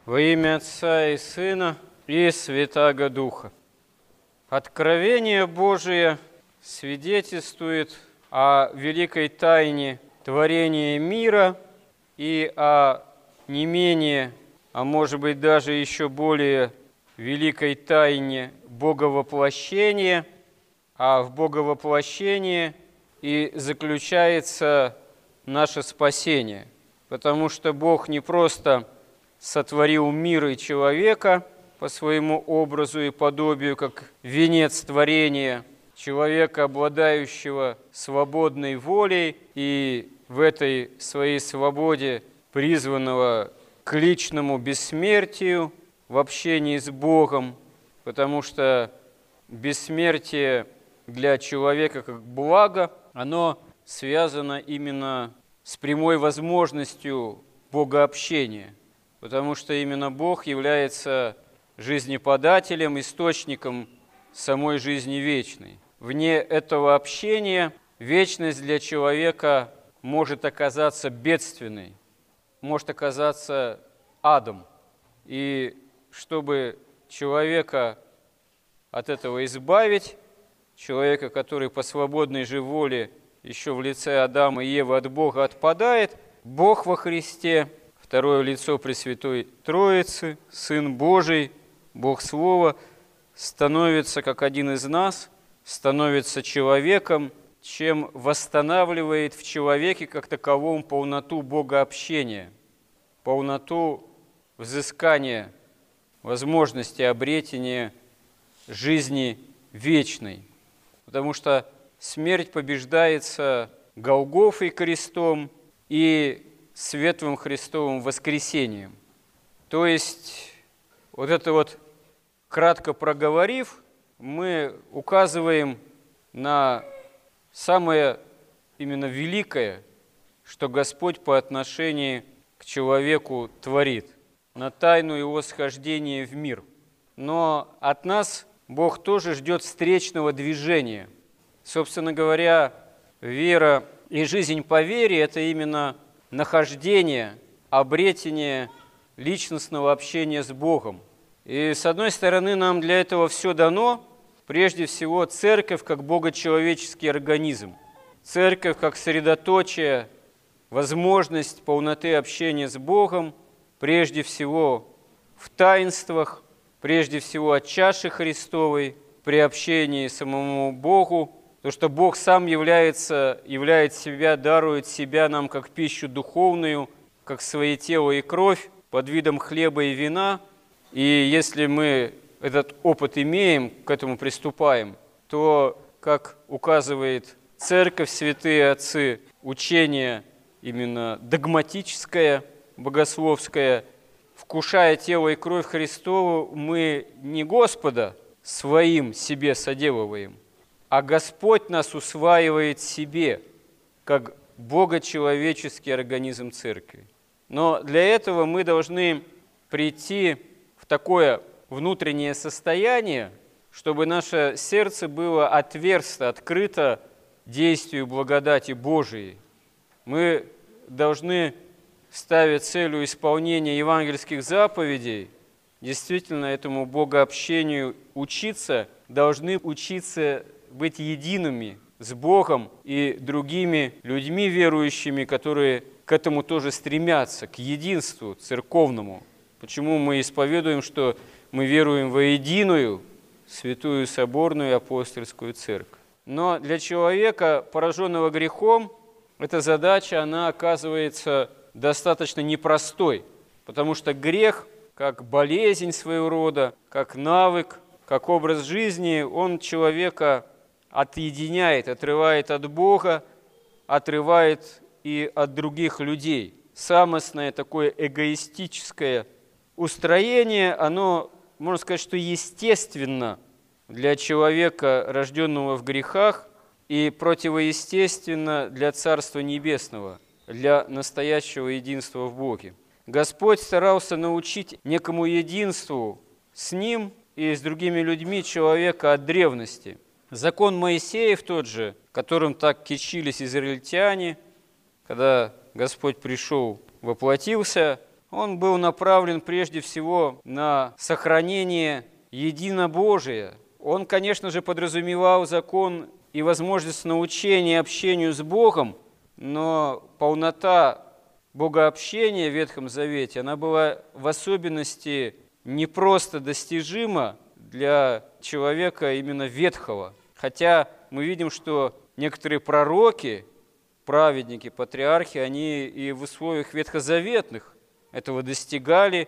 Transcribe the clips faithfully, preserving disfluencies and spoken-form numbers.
Во имя Отца и Сына и Святаго Духа. Откровение Божие свидетельствует о великой тайне творения мира и о не менее, а может быть даже еще более великой тайне Боговоплощения, а в Боговоплощении и заключается наше спасение, потому что Бог не просто сотворил мир и человека по своему образу и подобию, как венец творения, человека, обладающего свободной волей и в этой своей свободе призванного к личному бессмертию в общении с Богом, потому что бессмертие для человека как благо, оно связано именно с прямой возможностью богообщения, потому что именно Бог является жизнеподателем, источником самой жизни вечной. Вне этого общения вечность для человека может оказаться бедственной, может оказаться адом. И чтобы человека от этого избавить, человека, который по свободной же воле еще в лице Адама и Евы от Бога отпадает, Бог во Христе, второе лицо Пресвятой Троицы, Сын Божий, Бог Слова, становится как один из нас, становится человеком, чем восстанавливает в человеке как таковом полноту богообщения, полноту взыскания, возможности обретения жизни вечной. Потому что смерть побеждается Голгофой крестом и светлым Христовым воскресением. То есть, вот это вот, кратко проговорив, мы указываем на самое именно великое, что Господь по отношению к человеку творит, на тайну его схождения в мир. Но от нас Бог тоже ждет встречного движения. Собственно говоря, вера и жизнь по вере – это именно нахождение, обретение личностного общения с Богом. И с одной стороны, нам для этого все дано, прежде всего церковь как богочеловеческий организм, церковь как средоточие, возможность полноты общения с Богом, прежде всего в таинствах, прежде всего от чаши Христовой, при общении самому Богу, то, что Бог сам является, являет себя, дарует себя нам как пищу духовную, как свое тело и кровь, под видом хлеба и вина. И если мы этот опыт имеем, к этому приступаем, то, как указывает Церковь, святые отцы, учение именно догматическое, богословское, вкушая тело и кровь Христову, мы не Господа своим себе соделываем, а Господь нас усваивает себе, как богочеловеческий организм Церкви. Но для этого мы должны прийти в такое внутреннее состояние, чтобы наше сердце было отверсто, открыто действию благодати Божией. Мы должны, ставя целью исполнения евангельских заповедей, действительно этому богообщению учиться, должны учиться быть едиными с Богом и другими людьми верующими, которые к этому тоже стремятся, к единству церковному. Почему мы исповедуем, что мы веруем во единую, святую соборную апостольскую церковь. Но для человека, пораженного грехом, эта задача, она оказывается достаточно непростой, потому что грех, как болезнь своего рода, как навык, как образ жизни, он человека отъединяет, отрывает от Бога, отрывает и от других людей. Самостное такое эгоистическое устроение, оно, можно сказать, что естественно для человека, рожденного в грехах, и противоестественно для Царства Небесного, для настоящего единства в Боге. Господь старался научить некому единству с Ним и с другими людьми человека от древности. Закон Моисеев тот же, которым так кичились израильтяне, когда Господь пришел, воплотился, он был направлен прежде всего на сохранение единобожия. Он, конечно же, подразумевал закон и возможность научения и общению с Богом, но полнота богообщения в Ветхом Завете, она была в особенности не просто достижима для человека именно ветхого. Хотя мы видим, что некоторые пророки, праведники, патриархи, они и в условиях ветхозаветных этого достигали,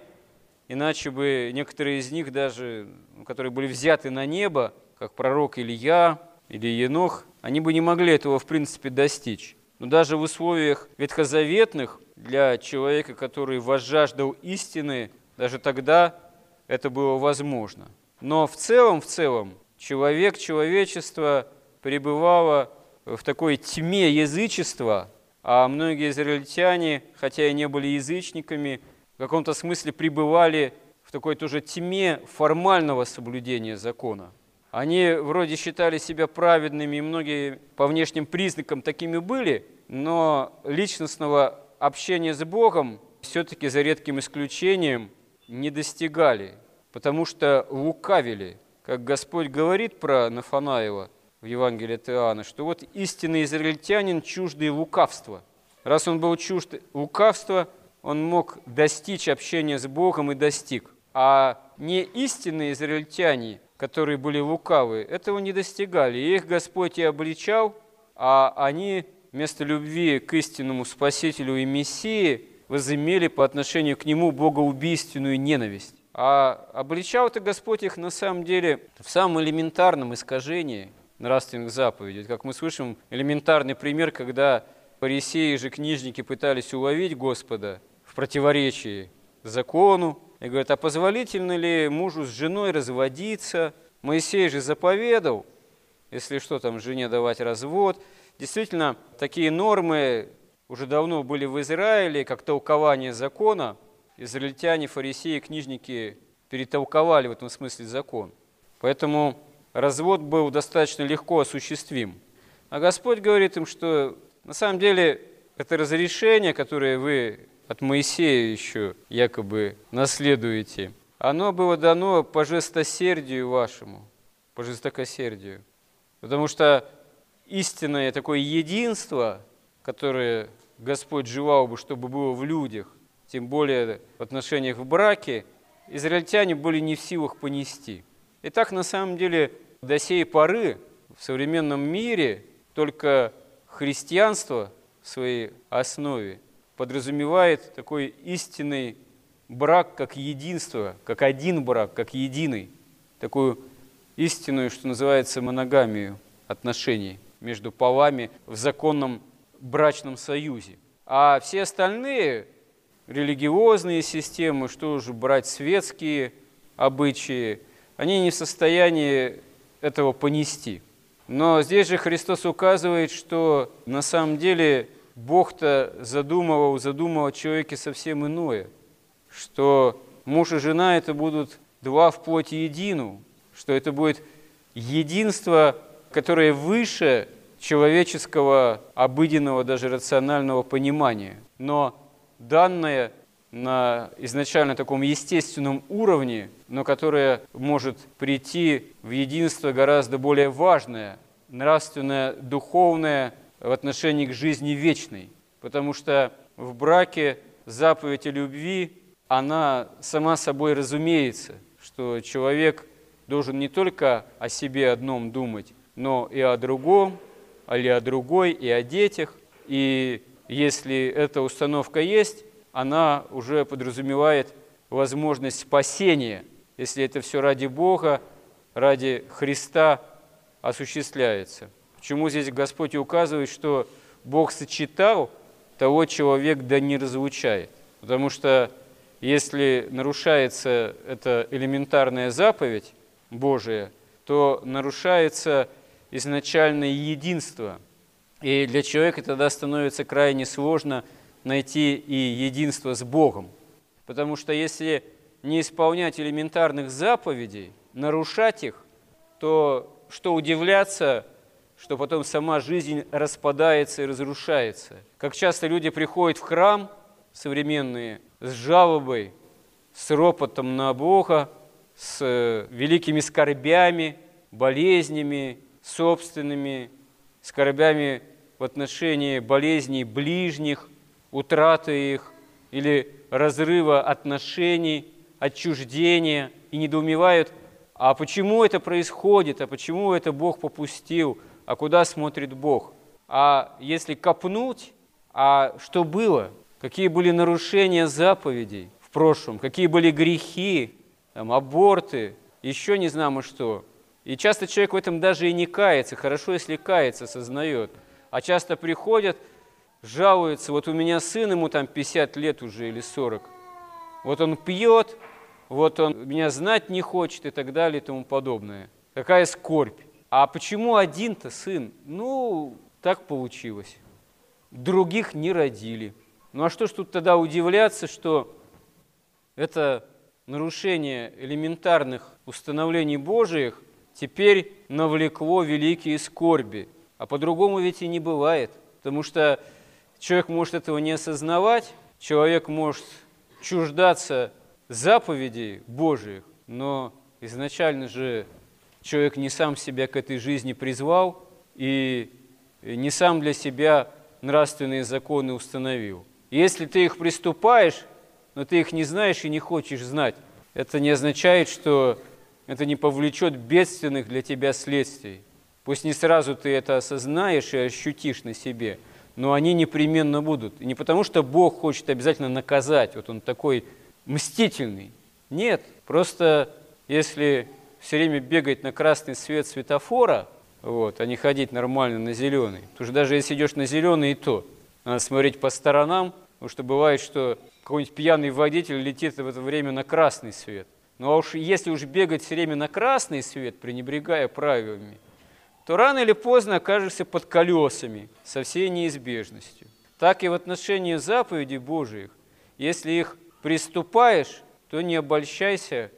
иначе бы некоторые из них даже, которые были взяты на небо, как пророк Илья или Енох, они бы не могли этого в принципе достичь. Но даже в условиях ветхозаветных для человека, который возжаждал истины, даже тогда это было возможно. Но в целом, в целом, человек, человечество пребывало в такой тьме язычества, а многие израильтяне, хотя и не были язычниками, в каком-то смысле пребывали в такой тоже тьме формального соблюдения закона. Они вроде считали себя праведными, и многие по внешним признакам такими были, но личностного общения с Богом все-таки за редким исключением не достигали, потому что лукавили. Как Господь говорит про Нафанаила в Евангелии от Иоанна, что вот истинный израильтянин чуждый лукавства. Раз он был чужд лукавства, он мог достичь общения с Богом и достиг. А не истинные израильтяне, которые были лукавы, этого не достигали. И их Господь и обличал, а они вместо любви к истинному Спасителю и Мессии возымели по отношению к Нему богоубийственную ненависть. А обличал-то Господь их на самом деле в самом элементарном искажении нравственных заповедей. Как мы слышим, элементарный пример, когда фарисеи же книжники пытались уловить Господа в противоречии закону, и говорят, а позволительно ли мужу с женой разводиться? Моисей же заповедал, если что, там жене давать развод. Действительно, такие нормы уже давно были в Израиле, как толкование закона. Израильтяне, фарисеи, книжники перетолковали в этом смысле закон. Поэтому развод был достаточно легко осуществим. А Господь говорит им, что на самом деле это разрешение, которое вы от Моисея еще якобы наследуете, оно было дано по жестокосердию вашему, по жестокосердию. Потому что истинное такое единство, которое Господь желал бы, чтобы было в людях, тем более в отношениях в браке, израильтяне были не в силах понести. И так, на самом деле, до сей поры в современном мире только христианство в своей основе подразумевает такой истинный брак как единство, как один брак, как единый, такую истинную, что называется, моногамию отношений между полами в законном брачном союзе. А все остальные религиозные системы, что же брать светские обычаи, они не в состоянии этого понести. Но здесь же Христос указывает, что на самом деле Бог-то задумывал, задумывал о человеке совсем иное, что муж и жена это будут два в плоти едину, что это будет единство, которое выше человеческого, обыденного, даже рационального понимания, но данное на изначально таком естественном уровне, но которое может прийти в единство гораздо более важное, нравственное, духовное в отношении к жизни вечной. Потому что в браке заповедь о любви, она сама собой разумеется, что человек должен не только о себе одном думать, но и о другом, или о другой, и о детях. И если эта установка есть, она уже подразумевает возможность спасения, если это все ради Бога, ради Христа осуществляется. Почему здесь Господь и указывает, что Бог сочетал, того человек да не разлучает. Потому что если нарушается эта элементарная заповедь Божия, то нарушается изначальное единство. И для человека тогда становится крайне сложно найти и единство с Богом. Потому что если не исполнять элементарных заповедей, нарушать их, то что удивляться, что потом сама жизнь распадается и разрушается. Как часто люди приходят в храм современные, с жалобой, с ропотом на Бога, с великими скорбями, болезнями собственными, скорбями в отношении болезней ближних, утраты их или разрыва отношений, отчуждения, и недоумевают, а почему это происходит, а почему это Бог попустил, а куда смотрит Бог? А если копнуть, а что было? Какие были нарушения заповедей в прошлом? Какие были грехи, там, аборты, еще не знамо что? И часто человек в этом даже и не кается, хорошо, если кается, сознает. А часто приходят, жалуются, вот у меня сын, ему там пятьдесят лет уже или сорок, вот он пьет, вот он меня знать не хочет и так далее и тому подобное. Какая скорбь. А почему один-то сын? Ну, так получилось. Других не родили. Ну а что ж тут тогда удивляться, что это нарушение элементарных установлений Божиих теперь навлекло великие скорби. А по-другому ведь и не бывает. Потому что человек может этого не осознавать, человек может чуждаться заповедей Божиих, но изначально же человек не сам себя к этой жизни призвал и не сам для себя нравственные законы установил. И если ты их приступаешь, но ты их не знаешь и не хочешь знать, это не означает, что это не повлечет бедственных для тебя следствий. Пусть не сразу ты это осознаешь и ощутишь на себе, но они непременно будут. И не потому, что Бог хочет обязательно наказать, вот он такой мстительный. Нет, просто если все время бегать на красный свет светофора, вот, а не ходить нормально на зеленый, потому что даже если идешь на зеленый, и то надо смотреть по сторонам, потому что бывает, что какой-нибудь пьяный водитель летит в это время на красный свет. Ну а уж если уж бегать все время на красный свет, пренебрегая правилами, то рано или поздно окажешься под колесами со всей неизбежностью. Так и в отношении заповедей Божиих. Если их приступаешь, то не обольщайся,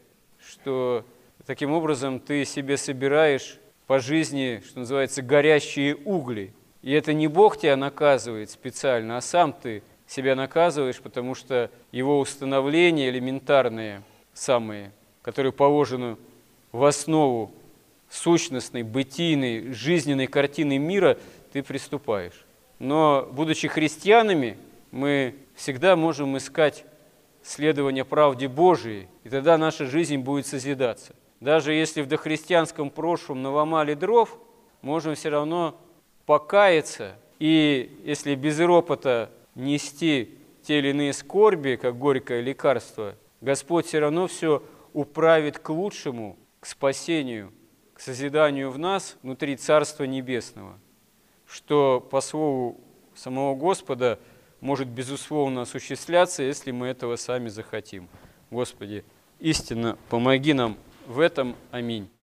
что таким образом ты себе собираешь по жизни, что называется, горящие угли. И это не Бог тебя наказывает специально, а сам ты себя наказываешь, потому что его установления элементарные, самые, которые положены в основу сущностной, бытийной, жизненной картины мира, ты приступаешь. Но, будучи христианами, мы всегда можем искать следование правде Божией, и тогда наша жизнь будет созидаться. Даже если в дохристианском прошлом наломали дров, можем все равно покаяться, и если без ропота нести те или иные скорби, как горькое лекарство, Господь все равно все управит к лучшему, к спасению, к созиданию в нас внутри Царства Небесного, что по слову самого Господа может безусловно осуществляться, если мы этого сами захотим. Господи, истинно помоги нам в этом. Аминь.